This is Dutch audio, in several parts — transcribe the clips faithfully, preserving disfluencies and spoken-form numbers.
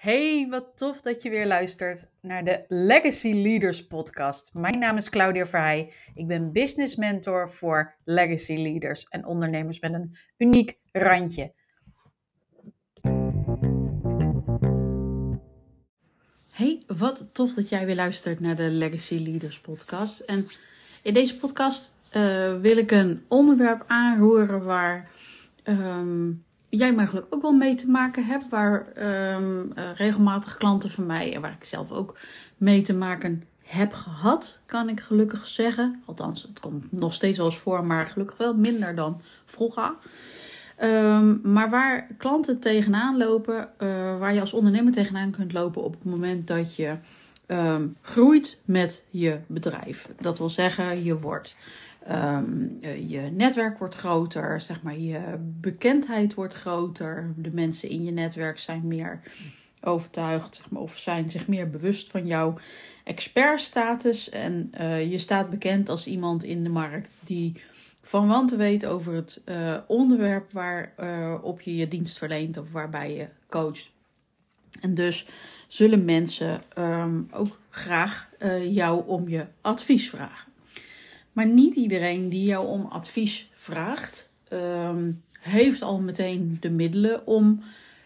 Hey, wat tof dat je weer luistert naar de Legacy Leaders podcast. Mijn naam is Claudia Verheij. Ik ben business mentor voor Legacy Leaders en ondernemers met een uniek randje. Hey, wat tof dat jij weer luistert naar de Legacy Leaders podcast. En in deze podcast uh, wil ik een onderwerp aanroeren waar um, jij mogelijk ook wel mee te maken hebt. Waar um, uh, regelmatig klanten van mij en waar ik zelf ook mee te maken heb gehad, kan ik gelukkig zeggen. Althans, het komt nog steeds wel eens voor, maar gelukkig wel minder dan vroeger. Um, maar waar klanten tegenaan lopen, uh, waar je als ondernemer tegenaan kunt lopen op het moment dat je um, groeit met je bedrijf. Dat wil zeggen, je wordt, um, je netwerk wordt groter, zeg maar, je bekendheid wordt groter. De mensen in je netwerk zijn meer overtuigd, zeg maar, of zijn zich meer bewust van jouw expertstatus. En uh, je staat bekend als iemand in de markt die van wanten weet over het uh, onderwerp waarop uh, je je dienst verleent of waarbij je coacht. En dus zullen mensen um, ook graag uh, jou om je advies vragen. Maar niet iedereen die jou om advies vraagt, um, heeft al meteen de middelen om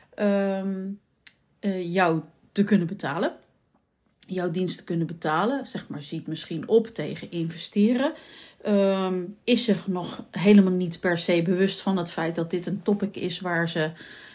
um, uh, jou te kunnen betalen. Jouw dienst te kunnen betalen. Zeg maar, ziet misschien op tegen investeren. Um, is zich nog helemaal niet per se bewust van het feit dat dit een topic is waar ze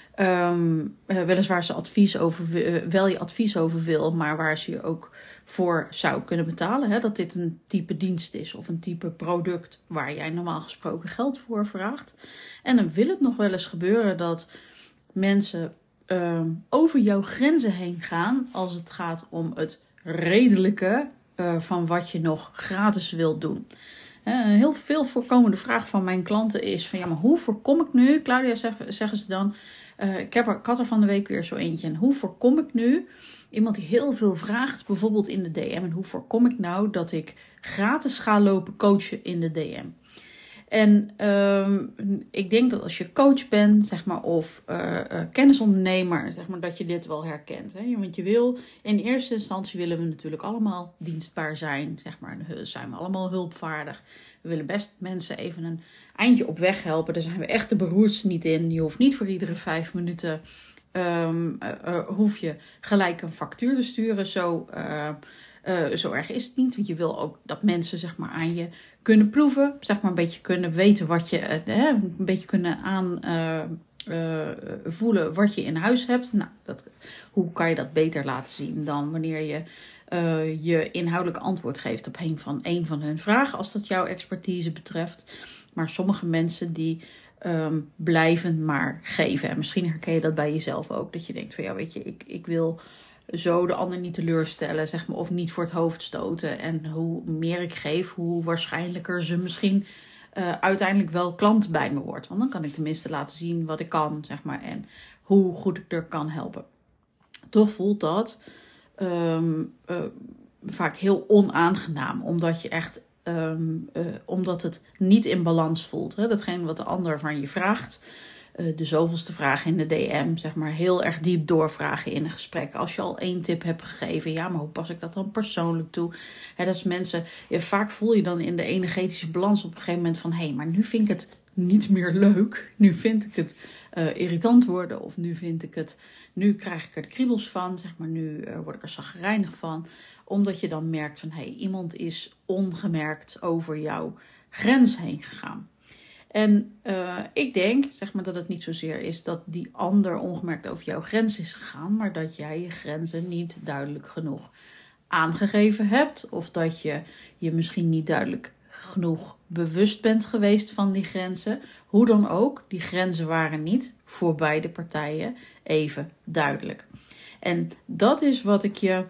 um, weliswaar ze advies over, wel je advies over wil, maar waar ze je ook voor zou kunnen betalen. Hè? Dat dit een type dienst is of een type product waar jij normaal gesproken geld voor vraagt. En dan wil het nog wel eens gebeuren dat mensen um, over jouw grenzen heen gaan als het gaat om het redelijke uh, van wat je nog gratis wilt doen. Een heel veel voorkomende vraag van mijn klanten is van ja, maar hoe voorkom ik nu, Claudia zeg, zeggen ze dan, uh, ik, heb er, ik had er van de week weer zo eentje. En hoe voorkom ik nu, iemand die heel veel vraagt, bijvoorbeeld in de D M. En hoe voorkom ik nou dat ik gratis ga lopen coachen in de D M? En um, ik denk dat als je coach bent, zeg maar, of uh, uh, kennisondernemer, zeg maar, dat je dit wel herkent. Hè? Want je wil, in eerste instantie willen we natuurlijk allemaal dienstbaar zijn, zeg maar. Zijn we allemaal hulpvaardig. We willen best mensen even een eindje op weg helpen. Daar zijn we echt de beroerdste niet in. Je hoeft niet voor iedere vijf minuten, um, uh, uh, hoef je gelijk een factuur te sturen. Zo... Uh, Uh, zo erg is het niet, want je wil ook dat mensen, zeg maar, aan je kunnen proeven, zeg maar, een beetje kunnen weten wat je, uh, een beetje kunnen aan uh, uh, voelen wat je in huis hebt. Nou, dat, hoe kan je dat beter laten zien dan wanneer je uh, je inhoudelijk antwoord geeft op een van, een van hun vragen, als dat jouw expertise betreft. Maar sommige mensen die um, blijven maar geven. En misschien herken je dat bij jezelf ook, dat je denkt van ja, weet je, ik, ik wil zo de ander niet teleurstellen, zeg maar, of niet voor het hoofd stoten. En hoe meer ik geef, hoe waarschijnlijker ze misschien uh, uiteindelijk wel klant bij me wordt. Want dan kan ik tenminste laten zien wat ik kan, zeg maar, en hoe goed ik er kan helpen. Toch voelt dat um, uh, vaak heel onaangenaam, omdat je echt, um, uh, omdat het niet in balans voelt. Hè? Datgene wat de ander van je vraagt. De zoveelste vraag in de D M, zeg maar, heel erg diep doorvragen in een gesprek. Als je al één tip hebt gegeven, ja, maar hoe pas ik dat dan persoonlijk toe? He, dat is mensen, ja, vaak voel je dan in de energetische balans op een gegeven moment van, hé, hey, maar nu vind ik het niet meer leuk. Nu vind ik het uh, irritant worden, of nu vind ik het, nu krijg ik er de kriebels van, zeg maar, nu uh, word ik er chagrijnig van. Omdat je dan merkt van, hé, hey, iemand is ongemerkt over jouw grens heen gegaan. En uh, ik denk, zeg maar, dat het niet zozeer is dat die ander ongemerkt over jouw grens is gegaan, maar dat jij je grenzen niet duidelijk genoeg aangegeven hebt. Of dat je je misschien niet duidelijk genoeg bewust bent geweest van die grenzen. Hoe dan ook, die grenzen waren niet voor beide partijen even duidelijk. En dat is wat ik je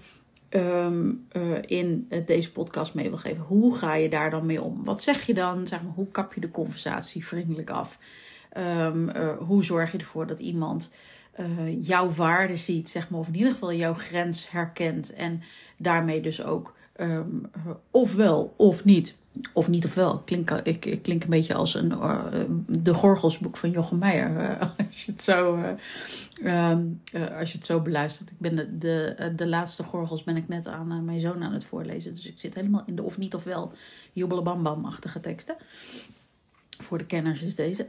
Um, uh, in uh, deze podcast mee wil geven. Hoe ga je daar dan mee om? Wat zeg je dan? Zeg maar, hoe kap je de conversatie vriendelijk af? Um, uh, hoe zorg je ervoor dat iemand uh, jouw waarde ziet, zeg maar, of in ieder geval jouw grens herkent en daarmee dus ook um, uh, ofwel of niet Of niet of wel. Ik klink, ik, ik klink een beetje als een, uh, de Gorgelsboek van Jochem Meijer. Uh, als, je het zo, uh, um, uh, als je het zo beluistert. Ik ben de, de, de laatste Gorgels ben ik net aan uh, mijn zoon aan het voorlezen. Dus ik zit helemaal in de of niet of wel jobbelebambam-achtige teksten. Voor de kenners is deze.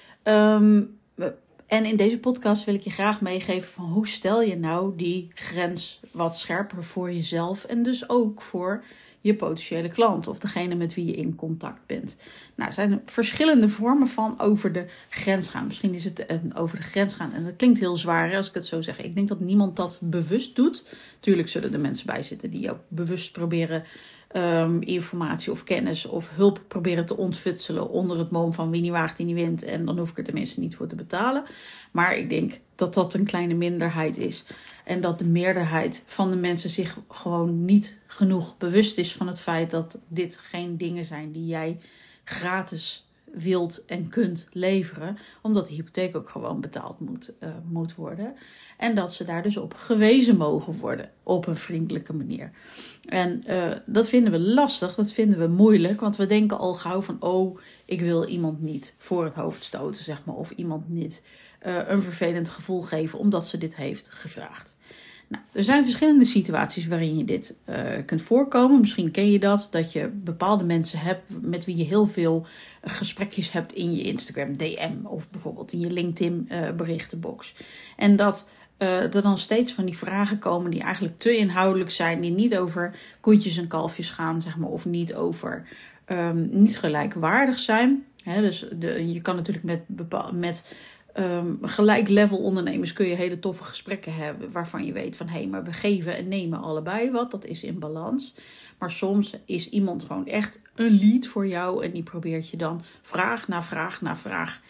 Um, en in deze podcast wil ik je graag meegeven van hoe stel je nou die grens wat scherper voor jezelf. En dus ook voor je potentiële klant of degene met wie je in contact bent. Nou, er zijn verschillende vormen van over de grens gaan. Misschien is het een over de grens gaan. En dat klinkt heel zwaar hè, als ik het zo zeg. Ik denk dat niemand dat bewust doet. Tuurlijk zullen er mensen bij zitten die ook bewust proberen um, informatie of kennis of hulp proberen te ontfutselen onder het mom van wie niet waagt, die niet wint. En dan hoef ik er tenminste niet voor te betalen. Maar ik denk dat dat een kleine minderheid is. En dat de meerderheid van de mensen zich gewoon niet genoeg bewust is van het feit dat dit geen dingen zijn die jij gratis wilt en kunt leveren. Omdat de hypotheek ook gewoon betaald moet, uh, moet worden. En dat ze daar dus op gewezen mogen worden. Op een vriendelijke manier. En uh, dat vinden we lastig. Dat vinden we moeilijk. Want we denken al gauw van oh, ik wil iemand niet voor het hoofd stoten, zeg maar. Of iemand niet uh, een vervelend gevoel geven omdat ze dit heeft gevraagd. Nou, er zijn verschillende situaties waarin je dit uh, kunt voorkomen. Misschien ken je dat, dat je bepaalde mensen hebt met wie je heel veel uh, gesprekjes hebt in je Instagram D M of bijvoorbeeld in je LinkedIn uh, berichtenbox. En dat uh, er dan steeds van die vragen komen die eigenlijk te inhoudelijk zijn, die niet over koetjes en kalfjes gaan, zeg maar, of niet over um, niet gelijkwaardig zijn. He, dus de, je kan natuurlijk met bepaal, met Um, gelijk level ondernemers kun je hele toffe gesprekken hebben waarvan je weet van hé, hey, maar we geven en nemen allebei wat. Dat is in balans. Maar soms is iemand gewoon echt een lead voor jou en die probeert je dan vraag na vraag na vraag.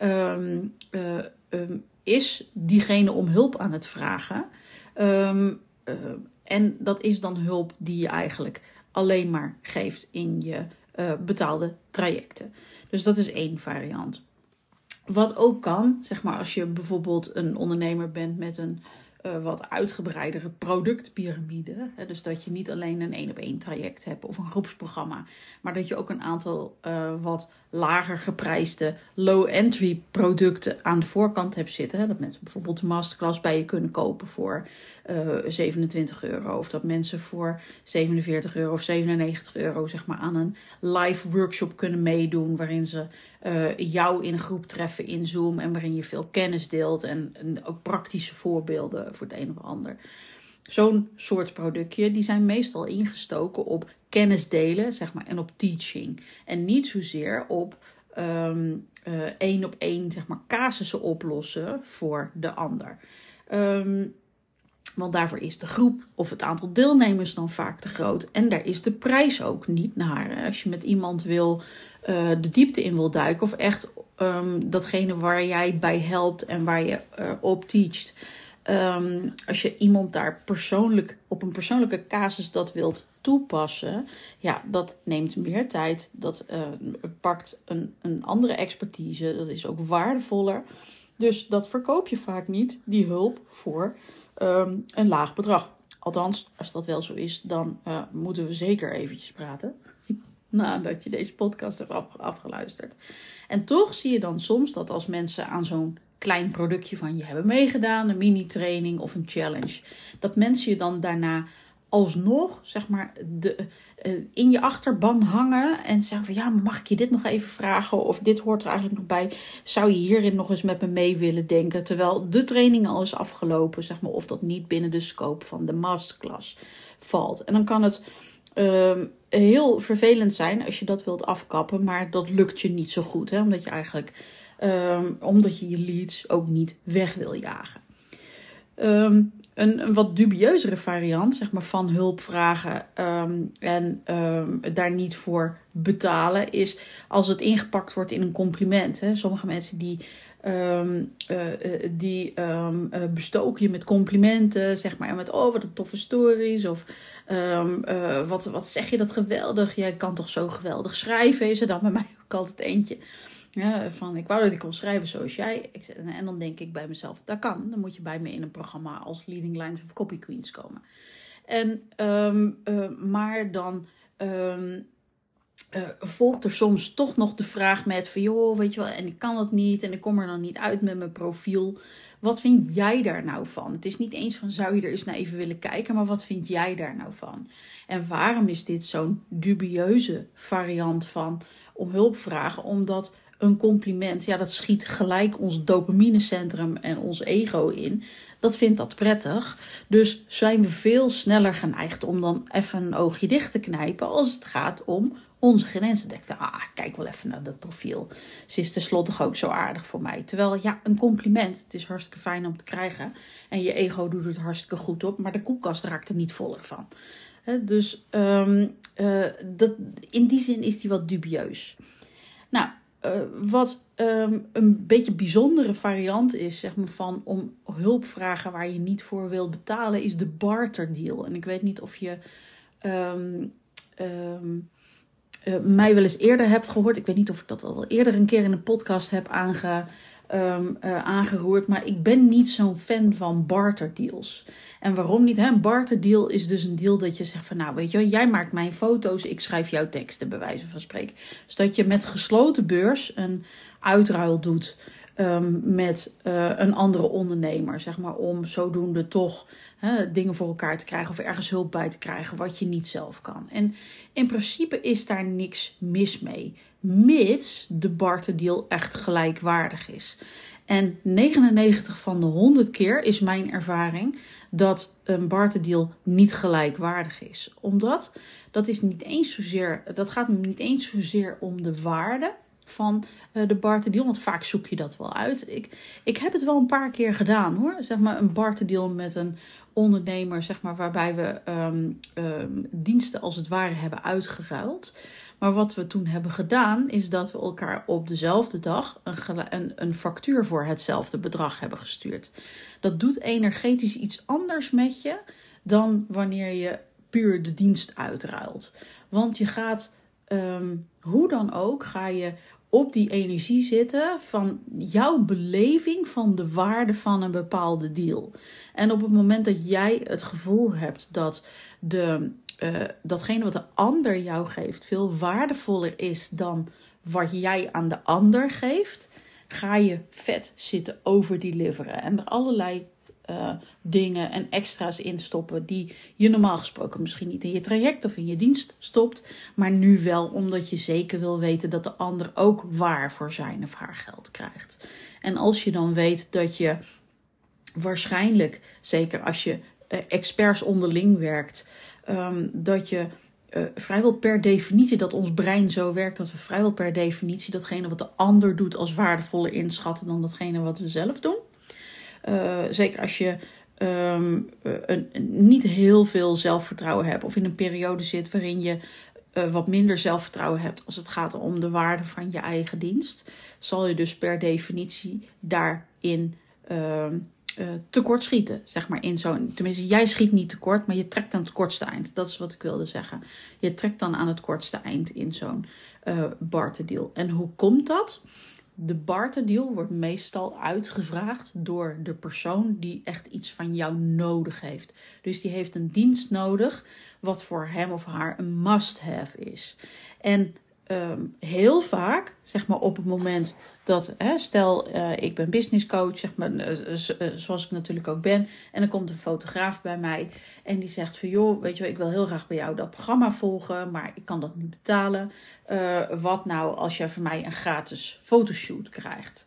Um, uh, um, is diegene om hulp aan het vragen? Um, uh, en dat is dan hulp die je eigenlijk alleen maar geeft in je uh, betaalde trajecten. Dus dat is één variant. Wat ook kan, zeg maar als je bijvoorbeeld een ondernemer bent met een uh, wat uitgebreidere productpyramide. Hè, dus dat je niet alleen een één op één traject hebt of een groepsprogramma. Maar dat je ook een aantal uh, wat lager geprijsde low-entry producten aan de voorkant hebt zitten. Hè, dat mensen bijvoorbeeld de masterclass bij je kunnen kopen voor uh, zevenentwintig euro. Of dat mensen voor zevenenveertig euro of zevenennegentig euro zeg maar, aan een live workshop kunnen meedoen. Waarin ze uh, jou in een groep treffen in Zoom. En waarin je veel kennis deelt. En, en ook praktische voorbeelden voor het een of ander. Zo'n soort productje, die zijn meestal ingestoken op kennis delen, zeg maar, en op teaching. En niet zozeer op um, uh, één op één, zeg maar, casussen oplossen voor de ander. Um, want daarvoor is de groep of het aantal deelnemers dan vaak te groot. En daar is de prijs ook niet naar. Als je met iemand wil uh, de diepte in wil duiken of echt um, datgene waar jij bij helpt en waar je uh, op teacht. Um, als je iemand daar persoonlijk op een persoonlijke casus dat wilt toepassen, ja, dat neemt meer tijd. Dat uh, pakt een, een andere expertise. Dat is ook waardevoller. Dus dat verkoop je vaak niet, die hulp, voor um, een laag bedrag. Althans, als dat wel zo is, dan uh, moeten we zeker eventjes praten. Nadat je deze podcast hebt af, afgeluisterd. En toch zie je dan soms dat als mensen aan zo'n klein productje van je hebben meegedaan, een mini-training of een challenge, dat mensen je dan daarna alsnog, zeg maar, de, uh, in je achterban hangen en zeggen van ja, mag ik je dit nog even vragen of dit hoort er eigenlijk nog bij, zou je hierin nog eens met me mee willen denken, terwijl de training al is afgelopen, zeg maar, of dat niet binnen de scope van de masterclass valt. En dan kan het uh, heel vervelend zijn als je dat wilt afkappen, maar dat lukt je niet zo goed, hè, omdat je eigenlijk Um, omdat je je leads ook niet weg wil jagen. Um, een, een wat dubieuzere variant, zeg maar, van hulp vragen um, en um, daar niet voor betalen, is als het ingepakt wordt in een compliment. Hè. Sommige mensen die, um, uh, die um, uh, bestoken je met complimenten, zeg maar, en met oh, wat een toffe stories, of um, uh, wat, wat zeg je dat geweldig, jij kan toch zo geweldig schrijven, is er dan bij mij ook altijd eentje. Ja, van ik wou dat ik kon schrijven zoals jij. En dan denk ik bij mezelf, dat kan. Dan moet je bij me in een programma als Leading Lines of Copy Queens komen. En, um, uh, maar dan um, uh, volgt er soms toch nog de vraag met van joh, weet je wel, en ik kan het niet en ik kom er dan niet uit met mijn profiel. Wat vind jij daar nou van? Het is niet eens van zou je er eens naar even willen kijken, maar wat vind jij daar nou van? En waarom is dit zo'n dubieuze variant van om hulp vragen? Omdat een compliment, ja, dat schiet gelijk ons dopaminecentrum en ons ego in. Dat vindt dat prettig. Dus zijn we veel sneller geneigd om dan even een oogje dicht te knijpen als het gaat om onze grenzen. Denken, ah, kijk wel even naar dat profiel. Ze is tenslotte ook zo aardig voor mij. Terwijl, ja, een compliment, het is hartstikke fijn om te krijgen. En je ego doet het hartstikke goed op, maar de koelkast raakt er niet voller van. He, dus um, uh, dat, in die zin is die wat dubieus. Nou, Uh, wat um, een beetje bijzondere variant is, zeg maar, van om hulp vragen waar je niet voor wilt betalen, is de barter deal. En ik weet niet of je um, um, uh, mij wel eens eerder hebt gehoord. Ik weet niet of ik dat al wel eerder een keer in een podcast heb aange, um, uh, aangeroerd. Maar ik ben niet zo'n fan van barter deals. En waarom niet? Hè? Een barter deal is dus een deal dat je zegt van nou weet je wel, jij maakt mijn foto's, ik schrijf jouw teksten bij wijze van spreken. Dus dat je met gesloten beurs een uitruil doet um, met uh, een andere ondernemer. Zeg maar om zodoende toch hè, dingen voor elkaar te krijgen of ergens hulp bij te krijgen wat je niet zelf kan. En in principe is daar niks mis mee. Mits de barter deal echt gelijkwaardig is. En negenennegentig van de honderd keer is mijn ervaring dat een barter deal niet gelijkwaardig is. Omdat dat is niet eens zozeer, dat gaat niet eens zozeer om de waarde van uh, de barter deal. Want vaak zoek je dat wel uit. Ik, ik heb het wel een paar keer gedaan hoor. Zeg maar een barter deal met een ondernemer, zeg maar, waarbij we um, um, diensten als het ware hebben uitgeruild. Maar wat we toen hebben gedaan, is dat we elkaar op dezelfde dag een, een, een factuur voor hetzelfde bedrag hebben gestuurd. Dat doet energetisch iets anders met je dan wanneer je puur de dienst uitruilt. Want je gaat, um, hoe dan ook, ga je op die energie zitten van jouw beleving van de waarde van een bepaalde deal. En op het moment dat jij het gevoel hebt dat de... Uh, datgene wat de ander jou geeft veel waardevoller is dan wat jij aan de ander geeft, ga je vet zitten overdeliveren en er allerlei uh, dingen en extra's in stoppen die je normaal gesproken misschien niet in je traject of in je dienst stopt, maar nu wel omdat je zeker wil weten dat de ander ook waar voor zijn of haar geld krijgt. En als je dan weet dat je waarschijnlijk, zeker als je uh, experts onderling werkt, Um, dat je uh, vrijwel per definitie, dat ons brein zo werkt, dat we vrijwel per definitie datgene wat de ander doet als waardevoller inschatten dan datgene wat we zelf doen. Uh, zeker als je um, een, een, niet heel veel zelfvertrouwen hebt of in een periode zit waarin je uh, wat minder zelfvertrouwen hebt als het gaat om de waarde van je eigen dienst, zal je dus per definitie daarin Uh, Uh, tekort schieten, zeg maar, in zo'n, tenminste, jij schiet niet tekort, maar je trekt aan het kortste eind. Dat is wat ik wilde zeggen. Je trekt dan aan het kortste eind in zo'n uh, barter deal. En hoe komt dat? De barter deal wordt meestal uitgevraagd door de persoon die echt iets van jou nodig heeft. Dus die heeft een dienst nodig wat voor hem of haar een must-have is. En Um, heel vaak, zeg maar op het moment dat, hè, stel uh, ik ben business coach, zeg maar, uh, z- uh, zoals ik natuurlijk ook ben, en dan komt een fotograaf bij mij en die zegt van joh, weet je wel, ik wil heel graag bij jou dat programma volgen, maar ik kan dat niet betalen. Uh, wat nou als jij van mij een gratis fotoshoot krijgt?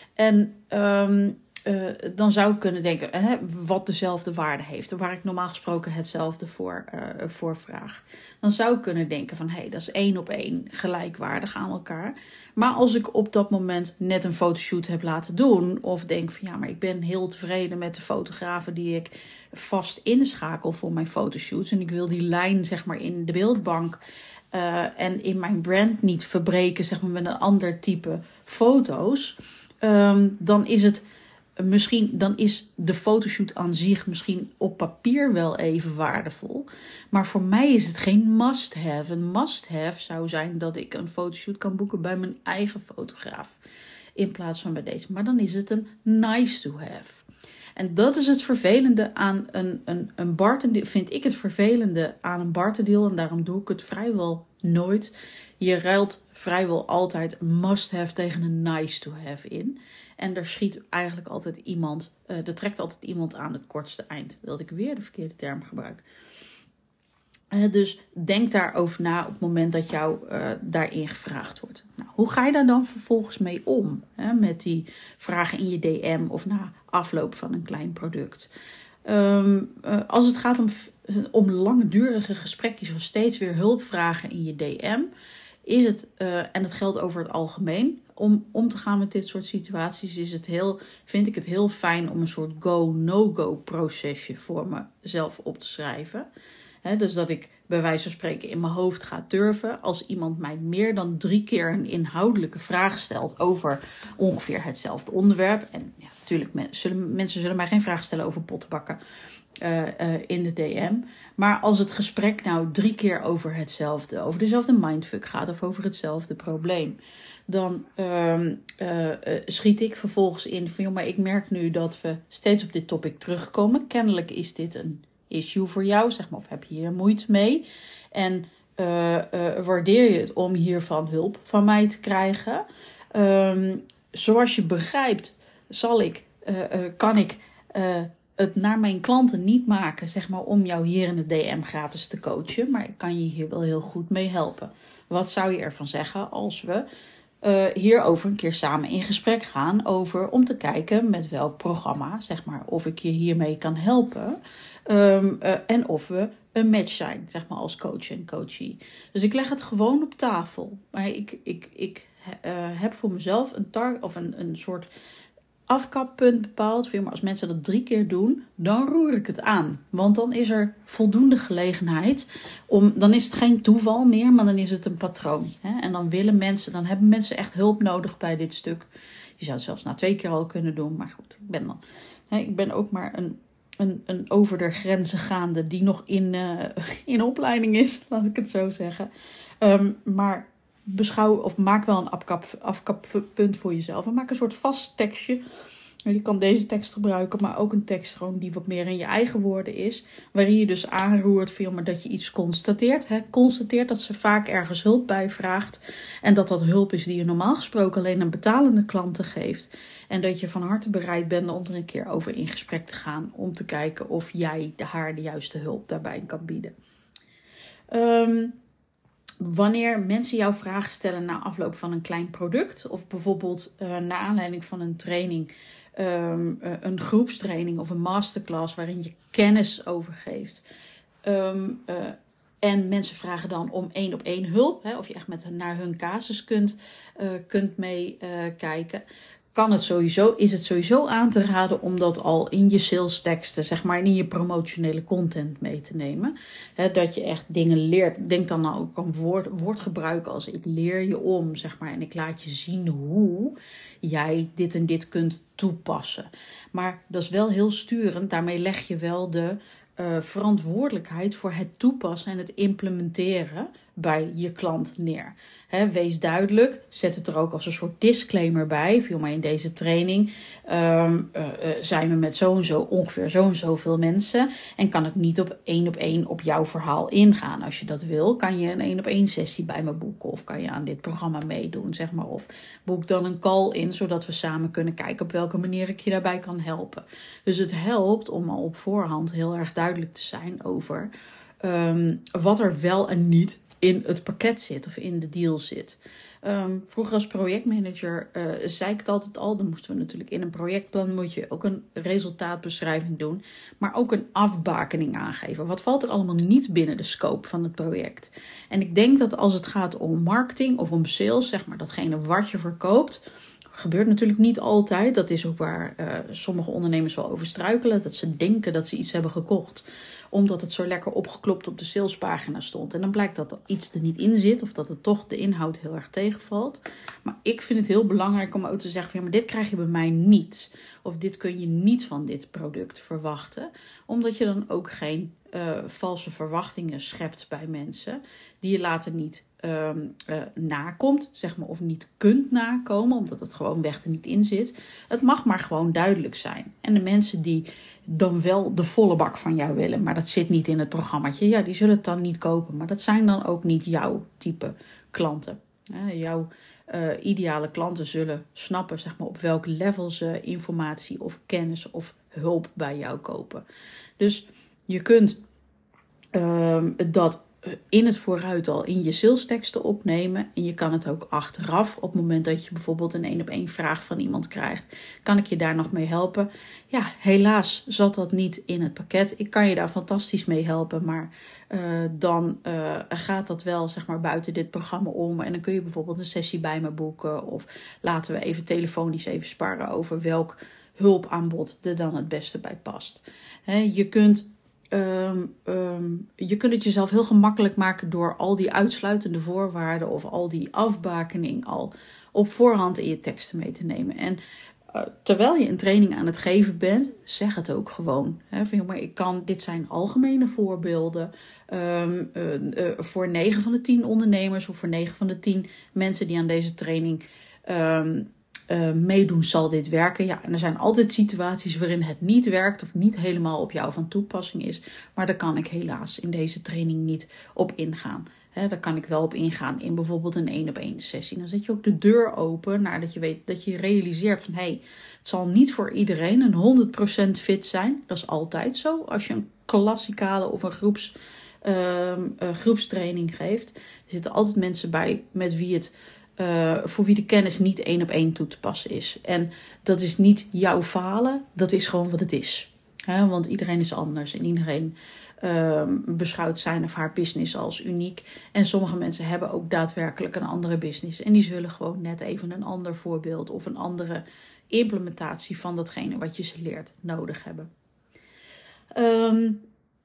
En um, Uh, dan zou ik kunnen denken, hè, wat dezelfde waarde heeft, waar ik normaal gesproken hetzelfde voor, uh, voor vraag. Dan zou ik kunnen denken van, hé, hey, dat is één op één gelijkwaardig aan elkaar. Maar als ik op dat moment net een fotoshoot heb laten doen, of denk van, ja, maar ik ben heel tevreden met de fotografen die ik vast inschakel voor mijn fotoshoots, en ik wil die lijn, zeg maar, in de beeldbank uh, en in mijn brand niet verbreken, zeg maar, met een ander type foto's, um, dan is het Misschien, dan is de fotoshoot aan zich misschien op papier wel even waardevol. Maar voor mij is het geen must-have. Een must-have zou zijn dat ik een fotoshoot kan boeken bij mijn eigen fotograaf. In plaats van bij deze. Maar dan is het een nice-to-have. En dat is het vervelende aan een, een, een barter deal. Vind ik het vervelende aan een barter deal. En daarom doe ik het vrijwel nooit. Je ruilt vrijwel altijd must-have tegen een nice-to-have in. En er schiet eigenlijk altijd iemand, uh, er trekt altijd iemand aan het kortste eind. Wilde ik weer de verkeerde term gebruiken. Uh, dus denk daarover na op het moment dat jou uh, daarin gevraagd wordt. Nou, hoe ga je daar dan vervolgens mee om? Hè, met die vragen in je D M of na afloop van een klein product. Um, uh, als het gaat om, om langdurige gesprekjes of steeds weer hulpvragen in je D M... is het, uh, en dat geldt over het algemeen, om om te gaan met dit soort situaties, is het heel, vind ik het heel fijn om een soort go-no-go procesje voor mezelf op te schrijven. He, dus dat ik bij wijze van spreken in mijn hoofd ga turven als iemand mij meer dan drie keer een inhoudelijke vraag stelt over ongeveer hetzelfde onderwerp. En ja, natuurlijk, men, zullen, mensen zullen mij geen vraag stellen over pottenbakken uh, uh, in de D M. Maar als het gesprek nou drie keer over hetzelfde, over dezelfde mindfuck gaat of over hetzelfde probleem, dan uh, uh, uh, schiet ik vervolgens in van, joh, maar ik merk nu dat we steeds op dit topic terugkomen. Kennelijk is dit een issue voor jou, zeg maar, of heb je hier moeite mee? En uh, uh, waardeer je het om hiervan hulp van mij te krijgen? Um, zoals je begrijpt, zal ik, uh, uh, kan ik uh, het naar mijn klanten niet maken, zeg maar, om jou hier in de D M gratis te coachen, maar ik kan je hier wel heel goed mee helpen. Wat zou je ervan zeggen als we uh, hierover een keer samen in gesprek gaan over om te kijken met welk programma, zeg maar, of ik je hiermee kan helpen? Um, uh, en of we een match zijn, zeg maar, als coach en coachee. Dus ik leg het gewoon op tafel. Maar ik, ik, ik uh, heb voor mezelf een, tar- of een, een soort afkappunt bepaald. Maar als mensen dat drie keer doen, dan roer ik het aan. Want dan is er voldoende gelegenheid om, dan is het geen toeval meer, maar dan is het een patroon. Hè? En dan willen mensen, dan hebben mensen echt hulp nodig bij dit stuk. Je zou het zelfs na twee keer al kunnen doen, maar goed, ik ben dan, hè, ik ben ook maar een Een, een over de grenzen gaande die nog in, uh, in opleiding is, laat ik het zo zeggen. Um, maar beschouw of maak wel een afkap, afkappunt voor jezelf. En maak een soort vast tekstje. Je kan deze tekst gebruiken, maar ook een tekst gewoon die wat meer in je eigen woorden is. Waarin je dus aanroert veel, maar dat je iets constateert. Hè? Constateert dat ze vaak ergens hulp bij vraagt. En dat dat hulp is die je normaal gesproken alleen aan betalende klanten geeft. En dat je van harte bereid bent om er een keer over in gesprek te gaan. Om te kijken of jij de haar de juiste hulp daarbij kan bieden. Um, wanneer mensen jou vragen stellen na afloop van een klein product. Of bijvoorbeeld uh, naar aanleiding van een training. Um, uh, een groepstraining of een masterclass waarin je kennis overgeeft. Um, uh, en mensen vragen dan om één op één hulp. Hè, of je echt met naar hun casus kunt, uh, kunt meekijken. Uh, kan het sowieso, is het sowieso aan te raden om dat al in je sales teksten, zeg maar, in je promotionele content mee te nemen. He, dat je echt dingen leert. Denk dan nou ook aan woord, woordgebruik als ik leer je om, zeg maar. En ik laat je zien hoe jij dit en dit kunt toepassen. Maar dat is wel heel sturend. Daarmee leg je wel de uh, verantwoordelijkheid voor het toepassen en het implementeren bij je klant neer. He, wees duidelijk, zet het er ook als een soort disclaimer bij. Viel maar in deze training um, uh, uh, zijn we met zo en zo ongeveer zo en zoveel mensen. En kan ik niet op één op één op jouw verhaal ingaan. Als je dat wil, kan je een één op één sessie bij me boeken. Of kan je aan dit programma meedoen, zeg maar. Of boek dan een call in, zodat we samen kunnen kijken op welke manier ik je daarbij kan helpen. Dus het helpt om al op voorhand heel erg duidelijk te zijn over um, wat er wel en niet in het pakket zit of in de deal zit. Um, vroeger als projectmanager uh, zei ik het altijd al. Dan moesten we natuurlijk in een projectplan moet je ook een resultaatbeschrijving doen. Maar ook een afbakening aangeven. Wat valt er allemaal niet binnen de scope van het project? En ik denk dat als het gaat om marketing of om sales, zeg maar datgene wat je verkoopt, gebeurt natuurlijk niet altijd. Dat is ook waar uh, sommige ondernemers wel over struikelen. Dat ze denken dat ze iets hebben gekocht omdat het zo lekker opgeklopt op de salespagina stond. En dan blijkt dat er iets er niet in zit. Of dat het toch de inhoud heel erg tegenvalt. Maar ik vind het heel belangrijk om ook te zeggen van, ja, maar dit krijg je bij mij niet. Of dit kun je niet van dit product verwachten. Omdat je dan ook geen uh, valse verwachtingen schept bij mensen. Die je later niet Um, uh, nakomt, zeg maar, of niet kunt nakomen, omdat het gewoon weg er niet in zit. Het mag maar gewoon duidelijk zijn. En de mensen die dan wel de volle bak van jou willen. Maar dat zit niet in het programmaatje. Ja, die zullen het dan niet kopen. Maar dat zijn dan ook niet jouw type klanten. Jouw uh, ideale klanten zullen snappen, zeg maar, op welk level ze informatie of kennis of hulp bij jou kopen. Dus je kunt uh, dat in het vooruit al in je salesteksten opnemen. En je kan het ook achteraf, op het moment dat je bijvoorbeeld een één op één vraag van iemand krijgt. Kan ik je daar nog mee helpen? Ja, helaas zat dat niet in het pakket. Ik kan je daar fantastisch mee helpen, maar uh, dan uh, gaat dat wel, zeg maar, buiten dit programma om. En dan kun je bijvoorbeeld een sessie bij me boeken. Of laten we even telefonisch even sparren over welk hulpaanbod er dan het beste bij past. He, je kunt... Um, um, je kunt het jezelf heel gemakkelijk maken door al die uitsluitende voorwaarden of al die afbakening al op voorhand in je teksten mee te nemen. En uh, terwijl je een training aan het geven bent, zeg het ook gewoon. He, vind je, maar ik kan, dit zijn algemene voorbeelden. Um, uh, uh, voor negen van de tien ondernemers of voor negen van de tien mensen die aan deze training um, Uh, meedoen, zal dit werken. Ja, en er zijn altijd situaties waarin het niet werkt of niet helemaal op jou van toepassing is. Maar daar kan ik helaas in deze training niet op ingaan. He, daar kan ik wel op ingaan in bijvoorbeeld een één op één sessie. Dan zet je ook de deur open nadat je weet dat je realiseert van hé, hey, het zal niet voor iedereen een honderd procent fit zijn. Dat is altijd zo. Als je een klassikale of een groeps, uh, uh, groepstraining geeft, er zitten altijd mensen bij met wie het Uh, voor wie de kennis niet één op één toe te passen is. En dat is niet jouw falen, dat is gewoon wat het is. He, want iedereen is anders en iedereen uh, beschouwt zijn of haar business als uniek. En sommige mensen hebben ook daadwerkelijk een andere business. En die zullen gewoon net even een ander voorbeeld of een andere implementatie van datgene wat je ze leert nodig hebben. Um,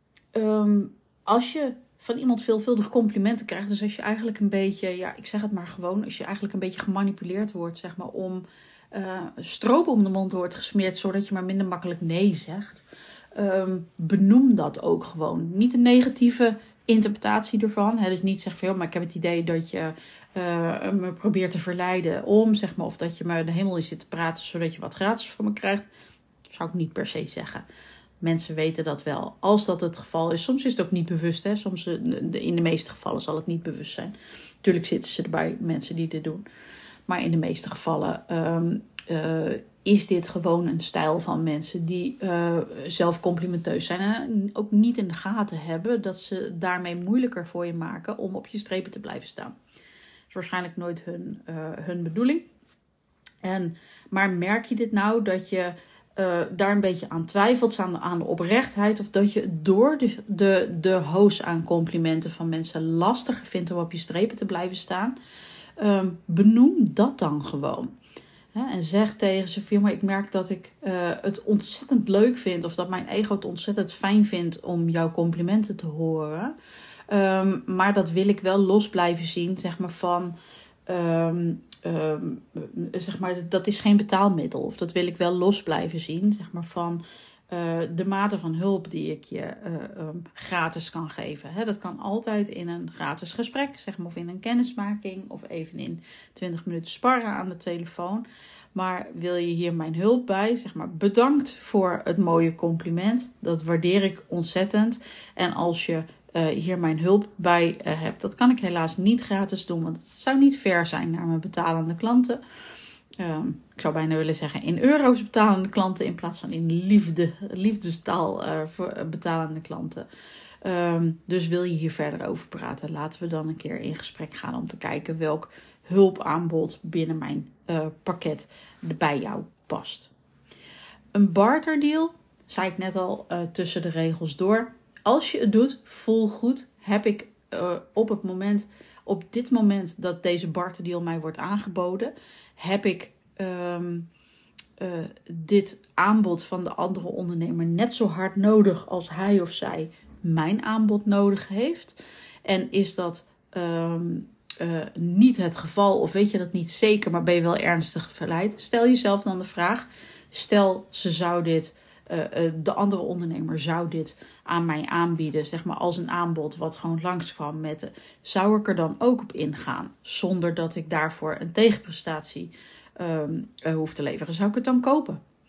um, als je van iemand veelvuldig complimenten krijgt. Dus als je eigenlijk een beetje, ja, ik zeg het maar gewoon, als je eigenlijk een beetje gemanipuleerd wordt, zeg maar, om uh, stroop om de mond wordt gesmeerd, zodat je maar minder makkelijk nee zegt. Um, benoem dat ook gewoon. Niet een negatieve interpretatie ervan. Hè, dus niet zeg van, maar ik heb het idee dat je uh, me probeert te verleiden om, zeg maar, of dat je me de hemel in zit te praten, zodat je wat gratis van me krijgt. Zou ik niet per se zeggen. Mensen weten dat wel, als dat het geval is. Soms is het ook niet bewust. Hè? Soms, in de meeste gevallen zal het niet bewust zijn. Natuurlijk zitten ze erbij, mensen die dit doen. Maar in de meeste gevallen um, uh, is dit gewoon een stijl van mensen die uh, zelf complimenteus zijn. En ook niet in de gaten hebben dat ze daarmee moeilijker voor je maken om op je strepen te blijven staan. Dat is waarschijnlijk nooit hun, uh, hun bedoeling. En, maar merk je dit nou dat je Uh, daar een beetje aan twijfelt, aan de, aan de oprechtheid, of dat je door de, de, de hoos aan complimenten van mensen lastiger vindt om op je strepen te blijven staan, um, benoem dat dan gewoon. Ja, en zeg tegen ze, maar ik merk dat ik uh, het ontzettend leuk vind, of dat mijn ego het ontzettend fijn vindt om jouw complimenten te horen. Um, maar dat wil ik wel los blijven zien, zeg maar, van Um, Um, zeg maar, dat is geen betaalmiddel. Of dat wil ik wel los blijven zien. Zeg maar, van uh, de mate van hulp die ik je uh, um, gratis kan geven. He, dat kan altijd in een gratis gesprek. Zeg maar, of in een kennismaking. Of even in twintig minuten sparren aan de telefoon. Maar wil je hier mijn hulp bij? Zeg maar, bedankt voor het mooie compliment. Dat waardeer ik ontzettend. En als je Uh, hier mijn hulp bij uh, heb. Dat kan ik helaas niet gratis doen, want het zou niet fair zijn naar mijn betalende klanten. Um, ik zou bijna willen zeggen in euro's betalende klanten in plaats van in liefde, liefdestaal uh, voor, uh, betalende klanten. Um, dus wil je hier verder over praten, laten we dan een keer in gesprek gaan om te kijken welk hulpaanbod binnen mijn uh, pakket bij jou past. Een barterdeal, zei ik net al uh, tussen de regels door. Als je het doet, voel goed. Heb ik uh, op het moment, op dit moment dat deze barterdeal mij wordt aangeboden, heb ik um, uh, dit aanbod van de andere ondernemer net zo hard nodig als hij of zij mijn aanbod nodig heeft? En is dat um, uh, niet het geval, of weet je dat niet zeker, maar ben je wel ernstig verleid? Stel jezelf dan de vraag, stel ze zou dit Uh, uh, de andere ondernemer zou dit aan mij aanbieden, zeg maar als een aanbod wat gewoon langskwam met de, zou ik er dan ook op ingaan, zonder dat ik daarvoor een tegenprestatie um, uh, hoef te leveren? Zou ik het dan kopen?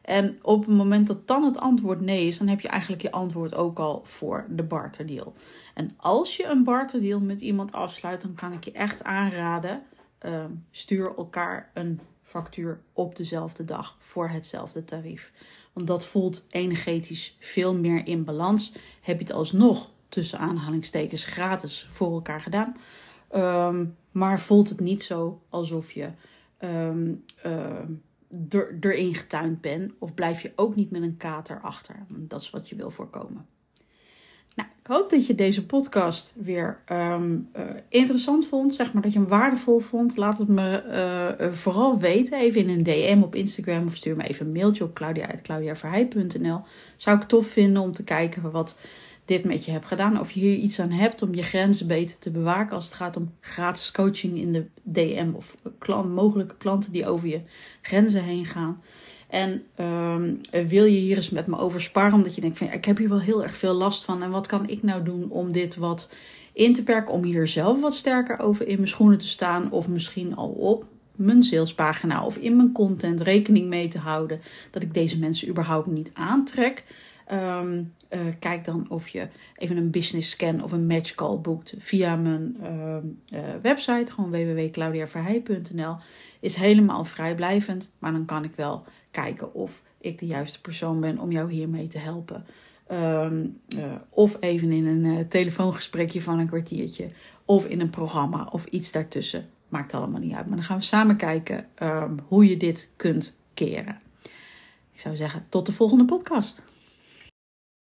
En op het moment dat dan het antwoord nee is, dan heb je eigenlijk je antwoord ook al voor de barterdeal. En als je een barterdeal met iemand afsluit, dan kan ik je echt aanraden, uh, stuur elkaar een factuur op dezelfde dag voor hetzelfde tarief. Want dat voelt energetisch veel meer in balans. Heb je het alsnog tussen aanhalingstekens gratis voor elkaar gedaan. Um, maar voelt het niet zo alsof je um, um, er, erin getuind bent. Of blijf je ook niet met een kater achter. Want dat is wat je wil voorkomen. Nou, ik hoop dat je deze podcast weer um, uh, interessant vond. Zeg maar dat je hem waardevol vond. Laat het me uh, vooral weten. Even in een D M op Instagram. Of stuur me even een mailtje op claudia apenstaartje claudia verheij punt n l. Zou ik tof vinden om te kijken wat dit met je hebt gedaan. Of je hier iets aan hebt om je grenzen beter te bewaken. Als het gaat om gratis coaching in de D M. Of klant, mogelijke klanten die over je grenzen heen gaan. En um, wil je hier eens met me over sparren, omdat je denkt van ja, ik heb hier wel heel erg veel last van. En wat kan ik nou doen om dit wat in te perken, om hier zelf wat sterker over in mijn schoenen te staan. Of misschien al op mijn salespagina of in mijn content rekening mee te houden. Dat ik deze mensen überhaupt niet aantrek. Um, uh, kijk dan of je even een business scan of een match call boekt via mijn uh, uh, website. Gewoon w w w punt claudia verheij punt n l. Is helemaal vrijblijvend, maar dan kan ik wel kijken of ik de juiste persoon ben om jou hiermee te helpen. Um, uh, of even in een uh, telefoongesprekje van een kwartiertje. Of in een programma of iets daartussen. Maakt allemaal niet uit. Maar dan gaan we samen kijken um, hoe je dit kunt keren. Ik zou zeggen, tot de volgende podcast.